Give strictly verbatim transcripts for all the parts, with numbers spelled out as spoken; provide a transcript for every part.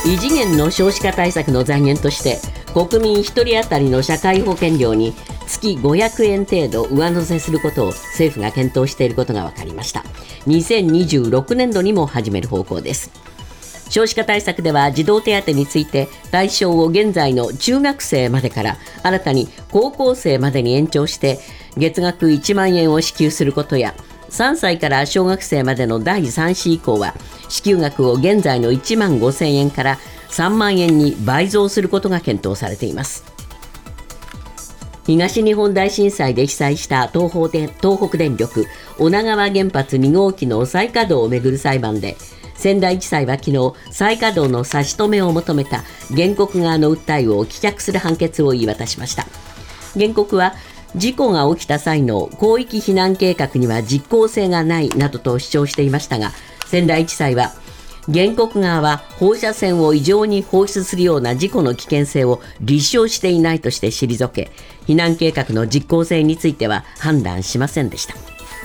異次元の少子化対策の財源として国民ひとり当たりの社会保険料に月ごひゃくえん程度上乗せすることを政府が検討していることが分かりました。にせんにじゅうろくねんどにも始める方向です。少子化対策では児童手当について対象を現在の中学生までから新たに高校生までに延長して月額いちまんえんを支給することや、さんさいから小学生までのだいさん子以降は支給額を現在のいちまんごせんえんからさんまんえんに倍増することが検討されています。東日本大震災で被災した東方で東北電力女川原発に号機の再稼働をめぐる裁判で、仙台地裁は昨日再稼働の差し止めを求めた原告側の訴えを棄却する判決を言い渡しました。原告は事故が起きた際の広域避難計画には実効性がないなどと主張していましたが、仙台地裁は原告側は放射線を異常に放出するような事故の危険性を立証していないとして退け、避難計画の実効性については判断しませんでした。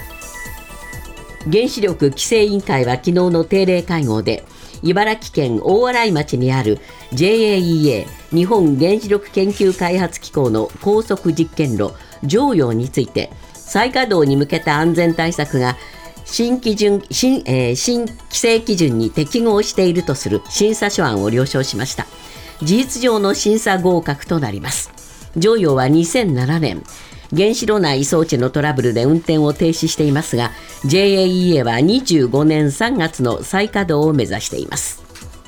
原子力規制委員会は昨日の定例会合で、茨城県大洗町にある ジェイエーイーエー 日本原子力研究開発機構の高速実験炉常陽について、再稼働に向けた安全対策が新基準、新、えー、新規制基準に適合しているとする審査書案を了承しました。事実上の審査合格となります。常陽はにせんななねん原子炉内装置のトラブルで運転を停止していますが、 ジェイエーイーエー はにじゅうごねんさんがつの再稼働を目指しています。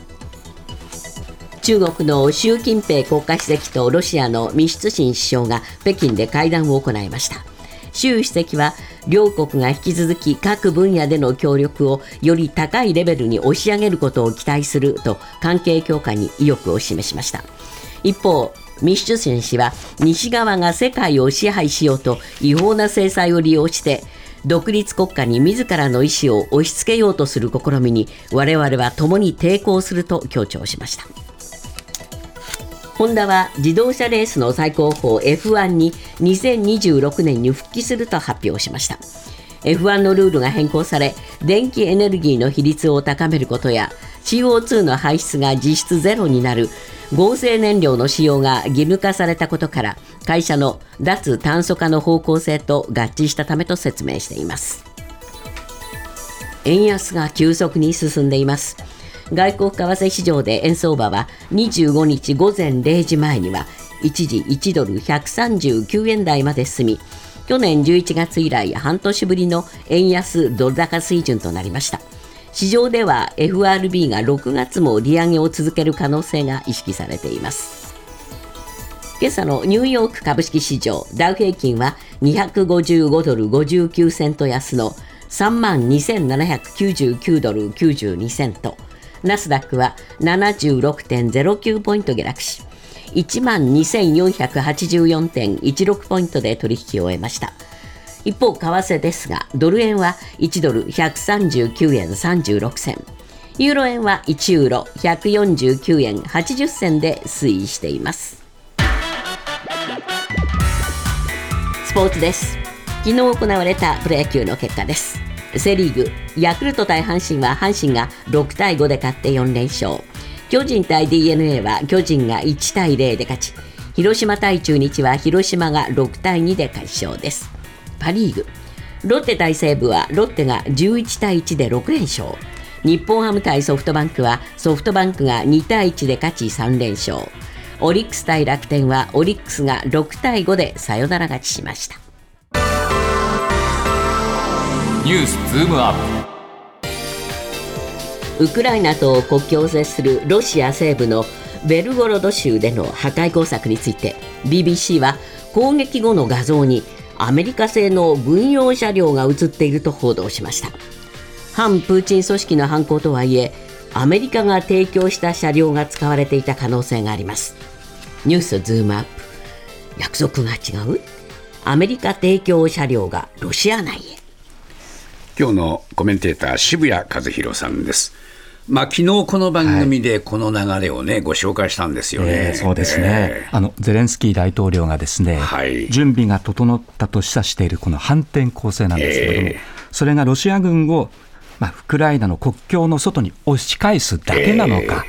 中国の習近平国家主席とロシアのミシュツシン首相が北京で会談を行いました。習主席は両国が引き続き各分野での協力をより高いレベルに押し上げることを期待すると関係強化に意欲を示しました。一方、ミシュツシン氏は西側が世界を支配しようと違法な制裁を利用して独立国家に自らの意思を押し付けようとする試みに我々は共に抵抗すると強調しました。ホンダは自動車レースの最高峰 エフワン ににせんにじゅうろくねんに復帰すると発表しました。 エフワン のルールが変更され、電気エネルギーの比率を高めることや シーオーツー の排出が実質ゼロになる合成燃料の使用が義務化されたことから会社の脱炭素化の方向性と合致したためと説明しています。円安が急速に進んでいます。外国為替市場で円相場はにじゅうごにちごぜんれいじまえには一時いちドルひゃくさんじゅうきゅうえん台まで進み、去年じゅういちがつ以来半年ぶりの円安ドル高水準となりました。市場では エフアールビー がろくがつも利上げを続ける可能性が意識されています。今朝のニューヨーク株式市場、ダウ平均はにひゃくごじゅうごドルごじゅうきゅうセント安の さんまんにせんななひゃくきゅうじゅうきゅうドルきゅうじゅうにセント、ナスダックは ななじゅうろくてんぜろきゅう ポイント下落し、いちまんにせんよんひゃくはちじゅうよんてんいちろく ポイントで取引を終えました。一方、為替ですが、ドル円はいちドルひゃくさんじゅうきゅうえんさんじゅうろくせん、ユーロ円はいちユーロひゃくよんじゅうきゅうえんはちじゅっせんで推移しています。スポーツです。昨日行われたプロ野球の結果です。セリーグ、ヤクルト対阪神は阪神がろくたいごで勝ってよんれんしょう、巨人対 ディーエヌエー は巨人がいちたいゼロで勝ち、広島対中日は広島がろくたいにで快勝です。パリーグ、ロッテ対西武はロッテがじゅういちたいいちでろくれんしょう、日本ハム対ソフトバンクはソフトバンクがにたいいちで勝ちさんれんしょう、オリックス対楽天はオリックスがろくたいごでサヨナラ勝ちしました。 ニュースズームアップ。ウクライナと国境を接するロシア西部のベルゴロド州での破壊工作について ビービーシー は攻撃後の画像にアメリカ製の軍用車両が映っていると報道しました。反プーチン組織の犯行とはいえ、アメリカが提供した車両が使われていた可能性があります。ニュースズームアップ。約束が違う？アメリカ提供車両がロシア内へ。 今日のコメンテーター渋谷和弘さんです。まあ、昨日この番組でこの流れを、ね、ご紹介したんですよね、 えー、そうですね、えー、あのゼレンスキー大統領がですね、はい、準備が整ったと示唆しているこの反転攻勢なんですけれども、えー、それがロシア軍を、まあ、ウクライナの国境の外に押し返すだけなのか、えー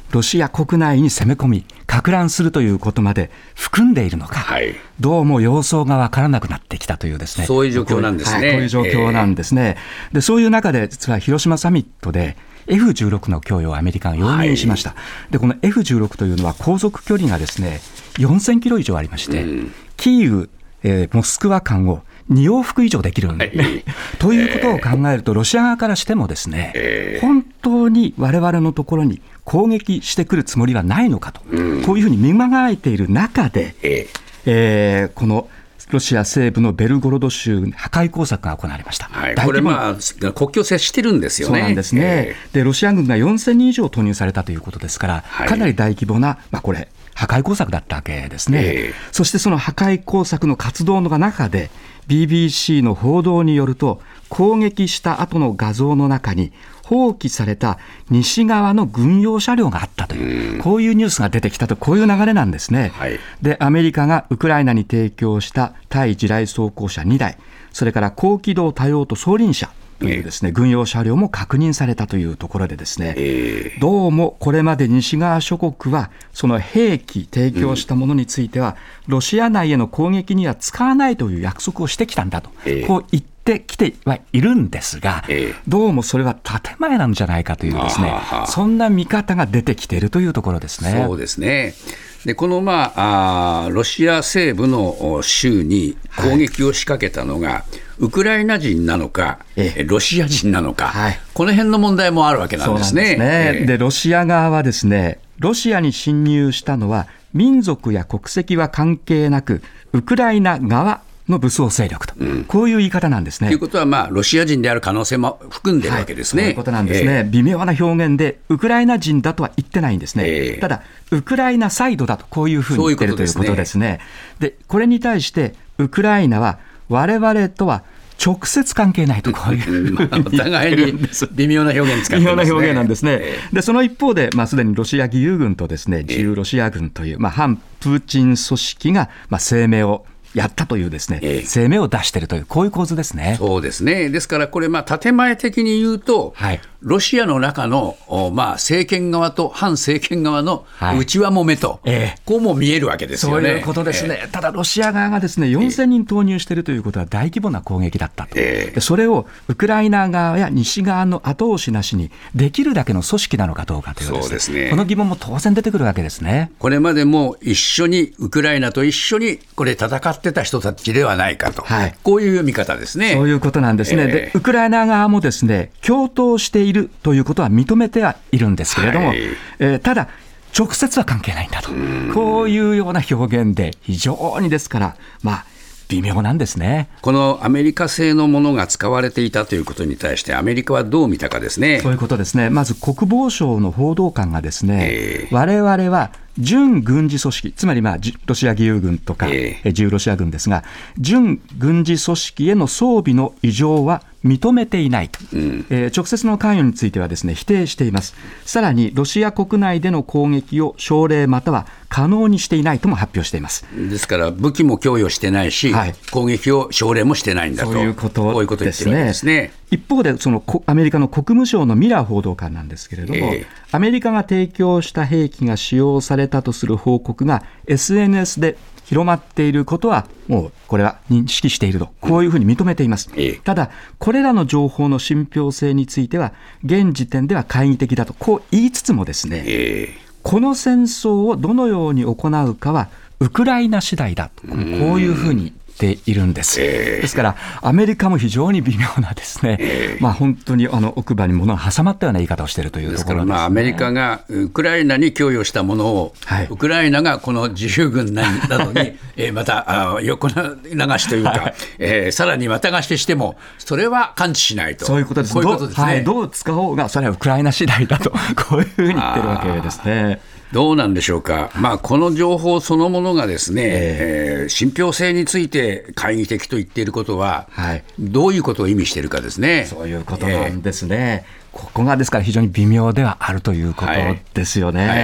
ロシア国内に攻め込み撹乱するということまで含んでいるのか、はい、どうも様相が分からなくなってきたというですね、 そういう状況なんですね。 はい、こういう状況なんですね、えー、でそういう中で実は広島サミットでエフじゅうろく の供与をアメリカが容認しました、はい、でこの エフじゅうろく というのは航続距離がですねよんせんキロ以上ありまして、うん、キーウ、えー、モスクワ間をに往復以上できるんで、ね、はい、ということを考えるとロシア側からしてもですね、えー、本当に我々のところに攻撃してくるつもりはないのかと、うん、こういうふうに見まがえている中で、えーえー、このロシア西部のベルゴロド州破壊工作が行われました、 はい、これ、まあ、国境接してるんですよね。 そうなんですね、えー、でロシア軍がよんせんにん以上投入されたということですから、はい、かなり大規模な、まあ、これ破壊工作だったわけですね、えー、そしてその破壊工作の活動の中で ビービーシー の報道によると攻撃した後の画像の中に放棄された西側の軍用車両があったという、うん、こういうニュースが出てきたと、こういう流れなんですね、はい、でアメリカがウクライナに提供した対地雷装甲車にだい、それから高機動多用途装輪車というですね、えー、軍用車両も確認されたというところでですね、えー、どうもこれまで西側諸国はその兵器提供したものについては、うん、ロシア内への攻撃には使わないという約束をしてきたんだと、えー、こう言ってできてはいるんですが、ええ、どうもそれは建前なんじゃないかというですね、そんな見方が出てきているというところですね。 そうですね。でこの、まあ、あロシア西部の州に攻撃を仕掛けたのが、はい、ウクライナ人なのか、ええ、ロシア人なのか、はい、この辺の問題もあるわけなんですね。 そうなんですね。ええ、でロシア側はですね、ロシアに侵入したのは民族や国籍は関係なくウクライナ側の武装勢力と、うん、こういう言い方なんですね。 ということは、まあ、ロシア人である可能性も含んでるわけですね。 はい、そういうことなんですね、えー、微妙な表現でウクライナ人だとは言ってないんですね、えー、ただウクライナサイドだとこういうふうに言ってるということですね。でこれに対してウクライナは我々とは直接関係ないと、こういうふうに言ってるんです。 お互いに微妙な表現使ってますね。微妙な表現なんですね。でその一方で、まあ、すでにロシア義勇軍とですね、自由ロシア軍という、まあ、反プーチン組織が、まあ、声明をやったというですね、ええ、声明を出しているという、こういう構図ですね。 そうですね。ですからこれ、まあ建前的に言うと、はい、ロシアの中の、まあ、政権側と反政権側の内輪もめと、はい、ええ、こうも見えるわけですよね。 そういうことですね。ええ、ただロシア側がですねよんせんにん投入しているということは大規模な攻撃だったと、ええ、それをウクライナ側や西側の後押しなしにできるだけの組織なのかどうかというですね、そうですね、この疑問も当然出てくるわけですね。 これまでも一緒にウクライナと一緒にこれ戦ってた人たちではないかと、はい、こういう見方ですね。 そういうことなんですね、えー、でウクライナ側もですね共闘しているということは認めてはいるんですけれども、はい、えー、ただ直接は関係ないんだと、こういうような表現で非常にですからまあ微妙なんですね。 このアメリカ製のものが使われていたということに対してアメリカはどう見たかですね。 そういうことですね。まず国防省の報道官がですね、えー、我々は準軍事組織、つまりまあロシア義勇軍とか、えー、自由ロシア軍ですが、準軍事組織への装備の異常は認めていないと、うん、えー、直接の関与についてはですね否定しています。さらにロシア国内での攻撃を奨励または可能にしていないとも発表しています。 ですから武器も供与してないし、はい、攻撃を奨励もしてないんだと、 そういうことですね。 こういうことを言ってるわけですね。 一方でそのアメリカの国務省のミラー報道官なんですけれども、えー、アメリカが提供した兵器が使用されたとする報告が エスエヌエス で広まっていることはもうこれは認識していると、こういうふうに認めています、うん、ええ、ただこれらの情報の信憑性については現時点では懐疑的だとこう言いつつもですね、ええ、この戦争をどのように行うかはウクライナ次第だと、こういうふうにているんです、えー、ですからアメリカも非常に微妙なですね、えーまあ、本当にあの奥歯に物が挟まったような言い方をしているというところですね。ですからまあアメリカがウクライナに供与したものを、はい、ウクライナがこの自由軍などにえまた横流しというか、はい、えー、さらにまた貸してしてもそれは感知しないと、 そういうことです。こういうことですね。どう、はい、どう使おうがそれはウクライナ次第だとこういうふうに言ってるわけですね。 どうなんでしょうか、まあ、この情報そのものがですね、えーえー、信憑性について懐疑的と言っていることは、はい、どういうことを意味しているかですね。 そういうことなんですね、えー、ここがですから非常に微妙ではあるということですよね、はいはい、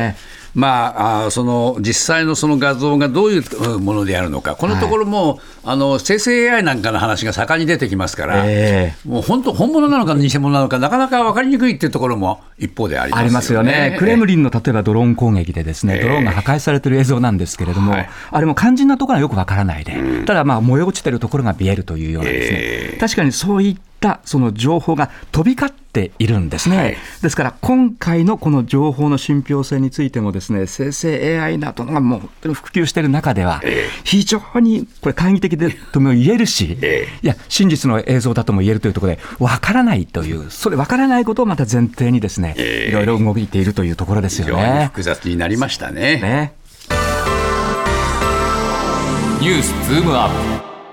まあ、その実際のその画像がどういうものであるのか、このところも、はい、あの生成 エーアイ なんかの話が盛んに出てきますから、えー、もう本当、本物なのか偽物なのか、なかなか分かりにくいっていうところも一方でありますよね。ありますよね。 クレムリンの例えばドローン攻撃でですね、ドローンが破壊されている映像なんですけれども、はい、あれも肝心なところはよく分からないで、うん、ただまあ燃え落ちているところが見えるというようなですね、えー、確かにそういったその情報が飛び交っているんですね、はい、ですから今回のこの情報の信憑性についてもですね、生成 エーアイ などがもう本当に普及している中では非常にこれ懐疑的でとも言えるし、いや真実の映像だとも言えるというところで分からないという、それ分からないことをまた前提にですね、いろいろ動いているというところですよね。 非常に複雑になりましたね。ね、 ニュースズームアップ。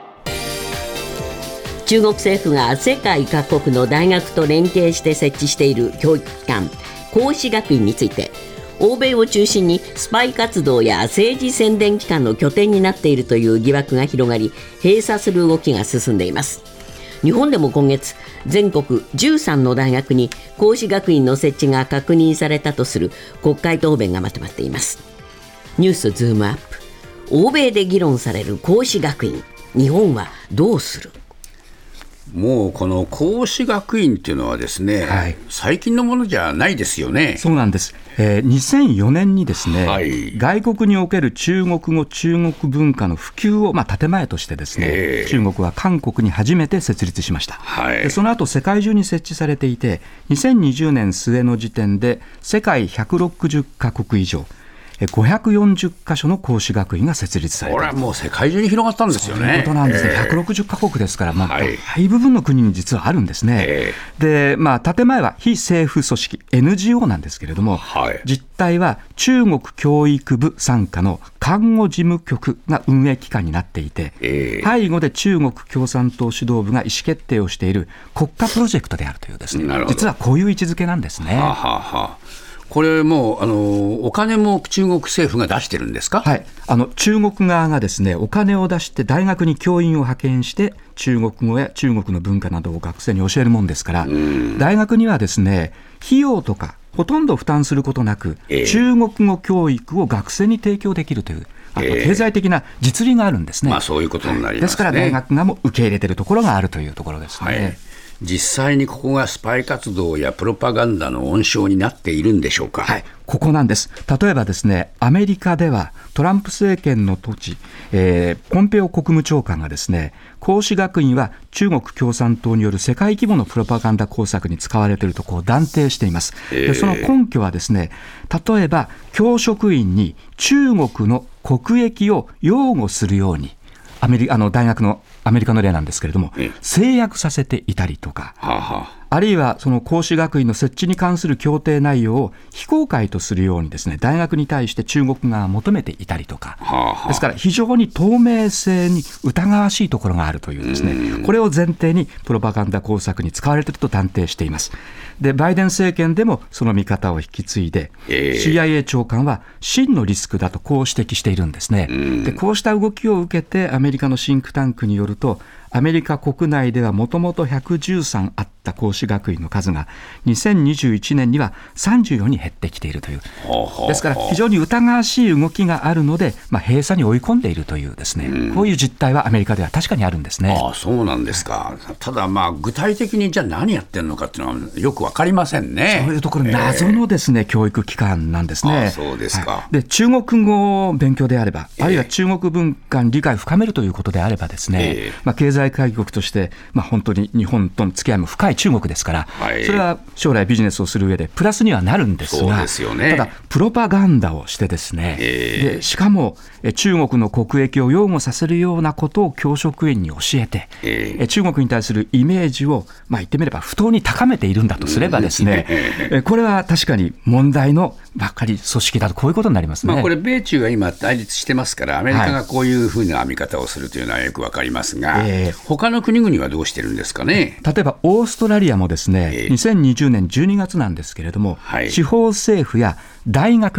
中国政府が世界各国の大学と連携して設置している教育機関、孔子学院について、欧米を中心にスパイ活動や政治宣伝機関の拠点になっているという疑惑が広がり、閉鎖する動きが進んでいます。日本でも今月、全国じゅうさんの大学に孔子学院の設置が確認されたとする国会答弁がまとまっています。ニュースズームアップ。欧米で議論される孔子学院、日本はどうする？ もうこの孔子学院っていうのはですね、はい、最近のものじゃないですよね。 そうなんです、えー、にせんよねんにですね、はい、外国における中国語中国文化の普及を、まあ、建前としてですね、中国は韓国に初めて設立しました、はい、でその後世界中に設置されていて、にせんにじゅうねん末の時点で世界ひゃくろくじゅっかこく以上ごひゃくよんじゅっかしょの孔子学院が設立された。 これはもう世界中に広がったんですよね。 そういうことなんですね、えー、ひゃくろくじゅっかこくですから、まあはい、大部分の国に実はあるんですね、えーでまあ、建前は非政府組織 エヌジーオー なんですけれども、はい、実態は中国教育部傘下の看護事務局が運営機関になっていて、えー、背後で中国共産党指導部が意思決定をしている国家プロジェクトであるというですね、実はこういう位置づけなんですね。はあはあ、 これもうあのお金も中国政府が出してるんですか？ はい、あの中国側がですね、お金を出して大学に教員を派遣して中国語や中国の文化などを学生に教えるもんですから、大学にはですね、費用とかほとんど負担することなく、えー、中国語教育を学生に提供できるというあの経済的な実利があるんですね、 まあ、そういうことになりますね。 ですから大学がも受け入れているところがあるというところですね、はい、 実際にここがスパイ活動やプロパガンダの温床になっているんでしょうか？ はい、ここなんです。例えばですね、アメリカではトランプ政権の時、えー、ポンペオ国務長官がですね、孔子学院は中国共産党による世界規模のプロパガンダ工作に使われているとこう断定しています。でその根拠はですね、例えば教職員に中国の国益を擁護するように、アメリカあの大学のアメリカの例なんですけれども、制約させていたりとか、はあはあ、あるいはその孔子学院の設置に関する協定内容を非公開とするようにですね、大学に対して中国側が求めていたりとか、はあはあ、ですから非常に透明性に疑わしいところがあるというですね、これを前提にプロパガンダ工作に使われていると断定しています。でバイデン政権でもその見方を引き継いで、えー、シーアイエー 長官は真のリスクだとこう指摘しているんですね。でこうした動きを受けてアメリカのシンクタンクによると、アメリカ国内ではもともとひゃくじゅうさんあった孔子学院の数がにせんにじゅういちねんにはさんじゅうよんに減ってきているという、ですから非常に疑わしい動きがあるので、まあ、閉鎖に追い込んでいるというですね、こういう実態はアメリカでは確かにあるんですね。 ああ、そうなんですか。ただまあ具体的にじゃあ何やってるのかっていうのはよく分かりませんね。 そういうところ謎のですね、えー、教育機関なんですね。 ああ、そうですか。 はい、で中国語を勉強であれば、あるいは中国文化に理解を深めるということであればですね、えーまあ、経済開国として、まあ、本当に日本との付き合いも深い中国ですから、はい、それは将来ビジネスをする上でプラスにはなるんですが、 そうですよね、 ただプロパガンダをしてですね、えー、でしかも中国の国益を擁護させるようなことを教職員に教えて、えー、中国に対するイメージを、まあ、言ってみれば不当に高めているんだとすればですね、うん、これは確かに問題のばっかり組織だと、こういうことになりますね。 まあ、これ米中が今対立してますから、アメリカがこういうふうな編み方をするというのはよくわかりますが、えー、他の国々はどうしてるんですかね。 例えばオーストラリアもですね、えー、にせんにじゅうねんじゅうにがつなんですけれども、はい、地方政府や大学が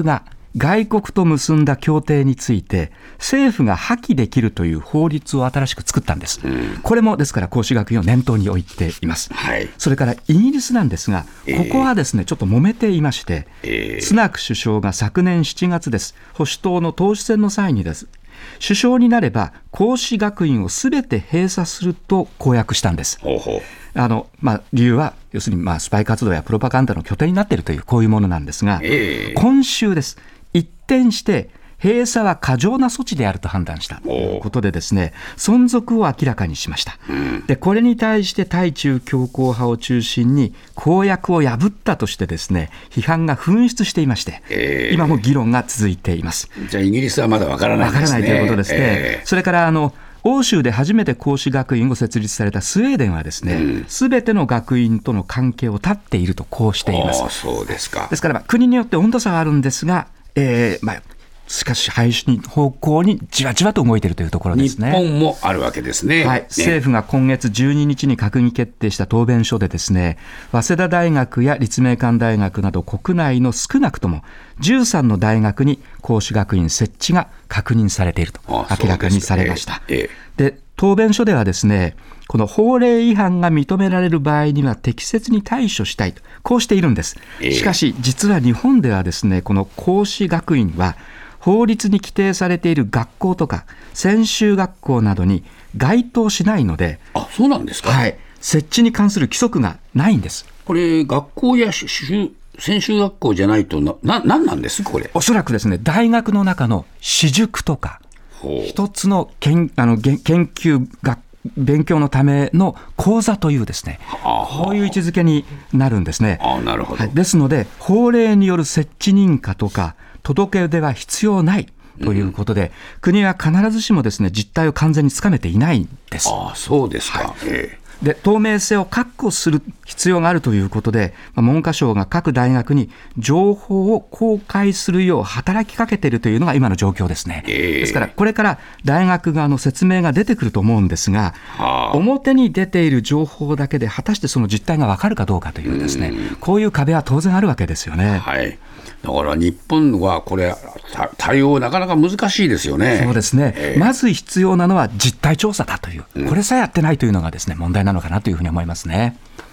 外国と結んだ協定について政府が破棄できるという法律を新しく作ったんです、うん、これもですから孔子学院を念頭に置いています、はい、それからイギリスなんですが、ここはですねちょっと揉めていまして、えー、スナク首相が昨年しちがつです、保守党の党首選の際にです、首相になれば孔子学院をすべて閉鎖すると公約したんです。ほうほう。あのまあ、理由は要するにまあスパイ活動やプロパガンダの拠点になっているというこういうものなんですが、えー、今週です、一転して閉鎖は過剰な措置であると判断したということでですね、存続を明らかにしました、うん、でこれに対して対中強硬派を中心に公約を破ったとしてですね批判が噴出していまして、えー、今も議論が続いています。 じゃあイギリスはまだわからないですね。 わからないということですね、えー、それからあの欧州で初めて孔子学院を設立されたスウェーデンはですね、すべ、うん、ての学院との関係を断っているとこうしています。 そうですか。 ですから、まあ、国によって温度差はあるんですが、えーまあ、しかし廃止方向にじわじわと動いているというところですね。 日本もあるわけですね。 はい、政府が今月じゅうににちに閣議決定した答弁書でですね、早稲田大学や立命館大学など国内の少なくともじゅうさんの大学に孔子学院設置が確認されていると明らかにされました。で、ええ、で答弁書ではですね、この法令違反が認められる場合には適切に対処したいとこうしているんです。しかし実は日本ではですね、この孔子学院は法律に規定されている学校とか専修学校などに該当しないので。 あ、そうなんですか。 はい、設置に関する規則がないんです。 これ学校や専修学校じゃないとな、な、何なんですこれ。 おそらくですね、大学の中の私塾とか一つの研、あの研究学勉強のための講座というですね、こういう位置づけになるんですね。 あ、なるほど。 はい、ですので法令による設置認可とか届け出は必要ないということで、うん、国は必ずしもですね実態を完全につかめていないんです。 ああ、そうですか。はい、えーで透明性を確保する必要があるということで、まあ、文科省が各大学に情報を公開するよう働きかけているというのが今の状況ですね。えー、ですからこれから大学側の説明が出てくると思うんですが、はあ、表に出ている情報だけで果たしてその実態が分かるかどうかというですね、うこういう壁は当然あるわけですよね。 はい、だから日本はこれ対応なかなか難しいですよね。 そうですね、えー、まず必要なのは実態調査だという、うん、これさえやってないというのがですね問題なのかなというふうに思いますね。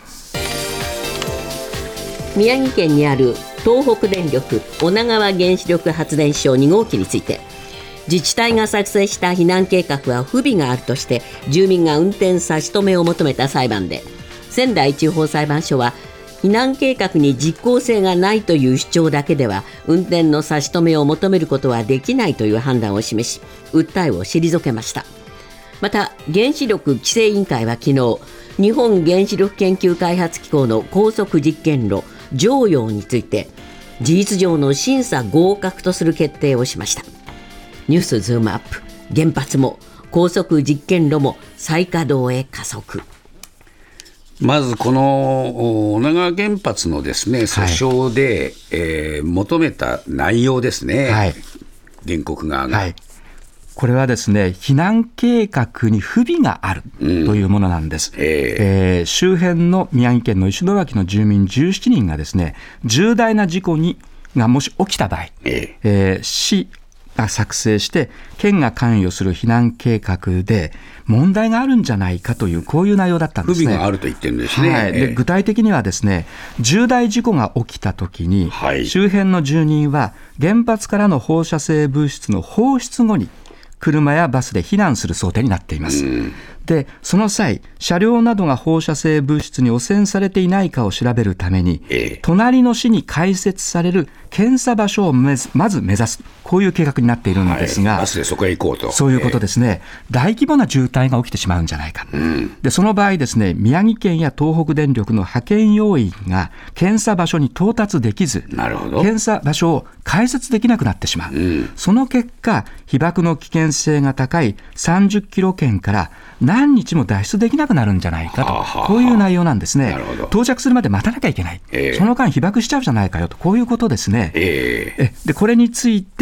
宮城県にある東北電力女川原子力発電所にごうきについて、自治体が作成した避難計画は不備があるとして住民が運転差し止めを求めた裁判で、仙台地方裁判所は避難計画に実効性がないという主張だけでは運転の差し止めを求めることはできないという判断を示し、訴えを退けました。また原子力規制委員会は昨日、日本原子力研究開発機構の高速実験炉常陽について事実上の審査合格とする決定をしました。ニュースズームアップ、原発も高速実験炉も再稼働へ加速。 まずこの女川原発のですね訴訟で、はい、えー、求めた内容ですね、はい、原告側が、はい、 これはですね避難計画に不備があるというものなんです。うん、えーえー、周辺の宮城県の石巻の住民じゅうななにんがですね重大な事故にがもし起きた場合、えーえー、市が作成して県が関与する避難計画で問題があるんじゃないかというこういう内容だったんですね。 不備があると言ってるんですね。 はい、で具体的にはですね重大事故が起きたときに、はい、周辺の住人は原発からの放射性物質の放出後に車やバスで避難する想定になっています。うん、でその際車両などが放射性物質に汚染されていないかを調べるために、ええ、隣の市に開設される検査場所をまず目指す、こういう計画になっているんですが、 はい、バスでそこへ行こうと。 そういうことですね、えー、大規模な渋滞が起きてしまうんじゃないか、うん、でその場合ですね宮城県や東北電力の派遣要員が検査場所に到達できず、 なるほど、 検査場所を開設できなくなってしまう、うん、その結果被爆の危険性が高いさんじゅっキロ圏から何日も脱出できなくなるんじゃないかと、はあはあ、こういう内容なんですね。なるほど、到着するまで待たなきゃいけない、えー、その間被爆しちゃうじゃないかよと、こういうことですね。えー、でこれについて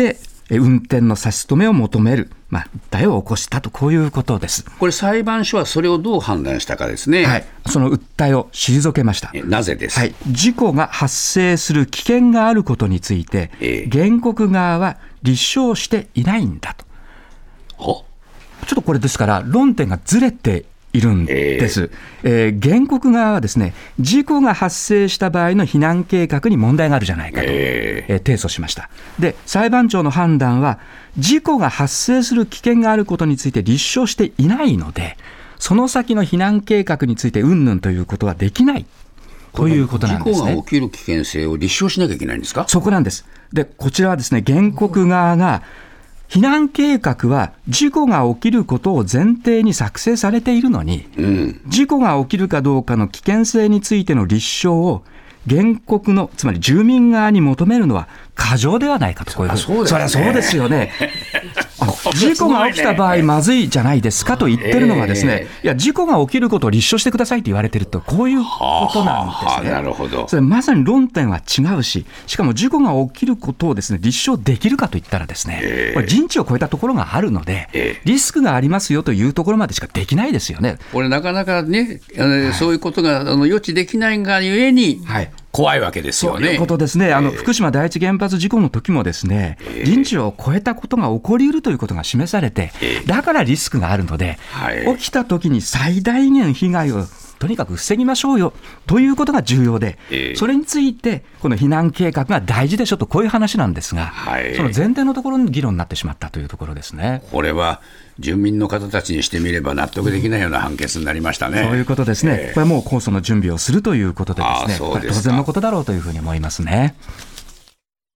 運転の差し止めを求める、まあ、訴えを起こしたと、こういうことです。 これ裁判所はそれをどう判断したかですね。 はい、その訴えを退けました。 なぜです、 はい、事故が発生する危険があることについて、えー、原告側は立証していないんだと。 ほちょっとこれですから論点がずれているんです、えーえー、原告側はですね、事故が発生した場合の避難計画に問題があるじゃないかと、えーえー、提訴しました。で、裁判長の判断は事故が発生する危険があることについて立証していないので、その先の避難計画についてうんぬんということはできないということなんですね。 事故が起きる危険性を立証しなきゃいけないんですか。 そこなんです。で、こちらはですね、原告側が避難計画は事故が起きることを前提に作成されているのに、うん、事故が起きるかどうかの危険性についての立証を原告の、つまり住民側に求めるのは過剰ではないかと。こういうそりゃそりゃそうですよね。事故が起きた場合まずいじゃないですかと言ってるのがですね、いや、事故が起きることを立証してくださいと言われてると、こういうことなんですね。 なるほど。 それまさに論点は違うし、しかも事故が起きることをですね、立証できるかといったらですね、これ人知を超えたところがあるので、リスクがありますよというところまでしかできないですよね。 これなかなかね、はい、そういうことがあの予知できないがゆえに、はい、怖いわけですよね。 そういうことですね。あの、えー、福島第一原発事故の時もですね、えー、人知を超えたことが起こりうるということが示されて、えー、だからリスクがあるので、はい、起きた時に最大限被害をとにかく防ぎましょうよということが重要で、えー、それについてこの避難計画が大事でしょと、こういう話なんですが、はい、その前提のところに議論になってしまったというところですね。 これは住民の方たちにしてみれば納得できないような判決になりましたね。 そういうことですね、えー、これはもう控訴の準備をするということでですね、これ当然のことだろうというふうに思いますね。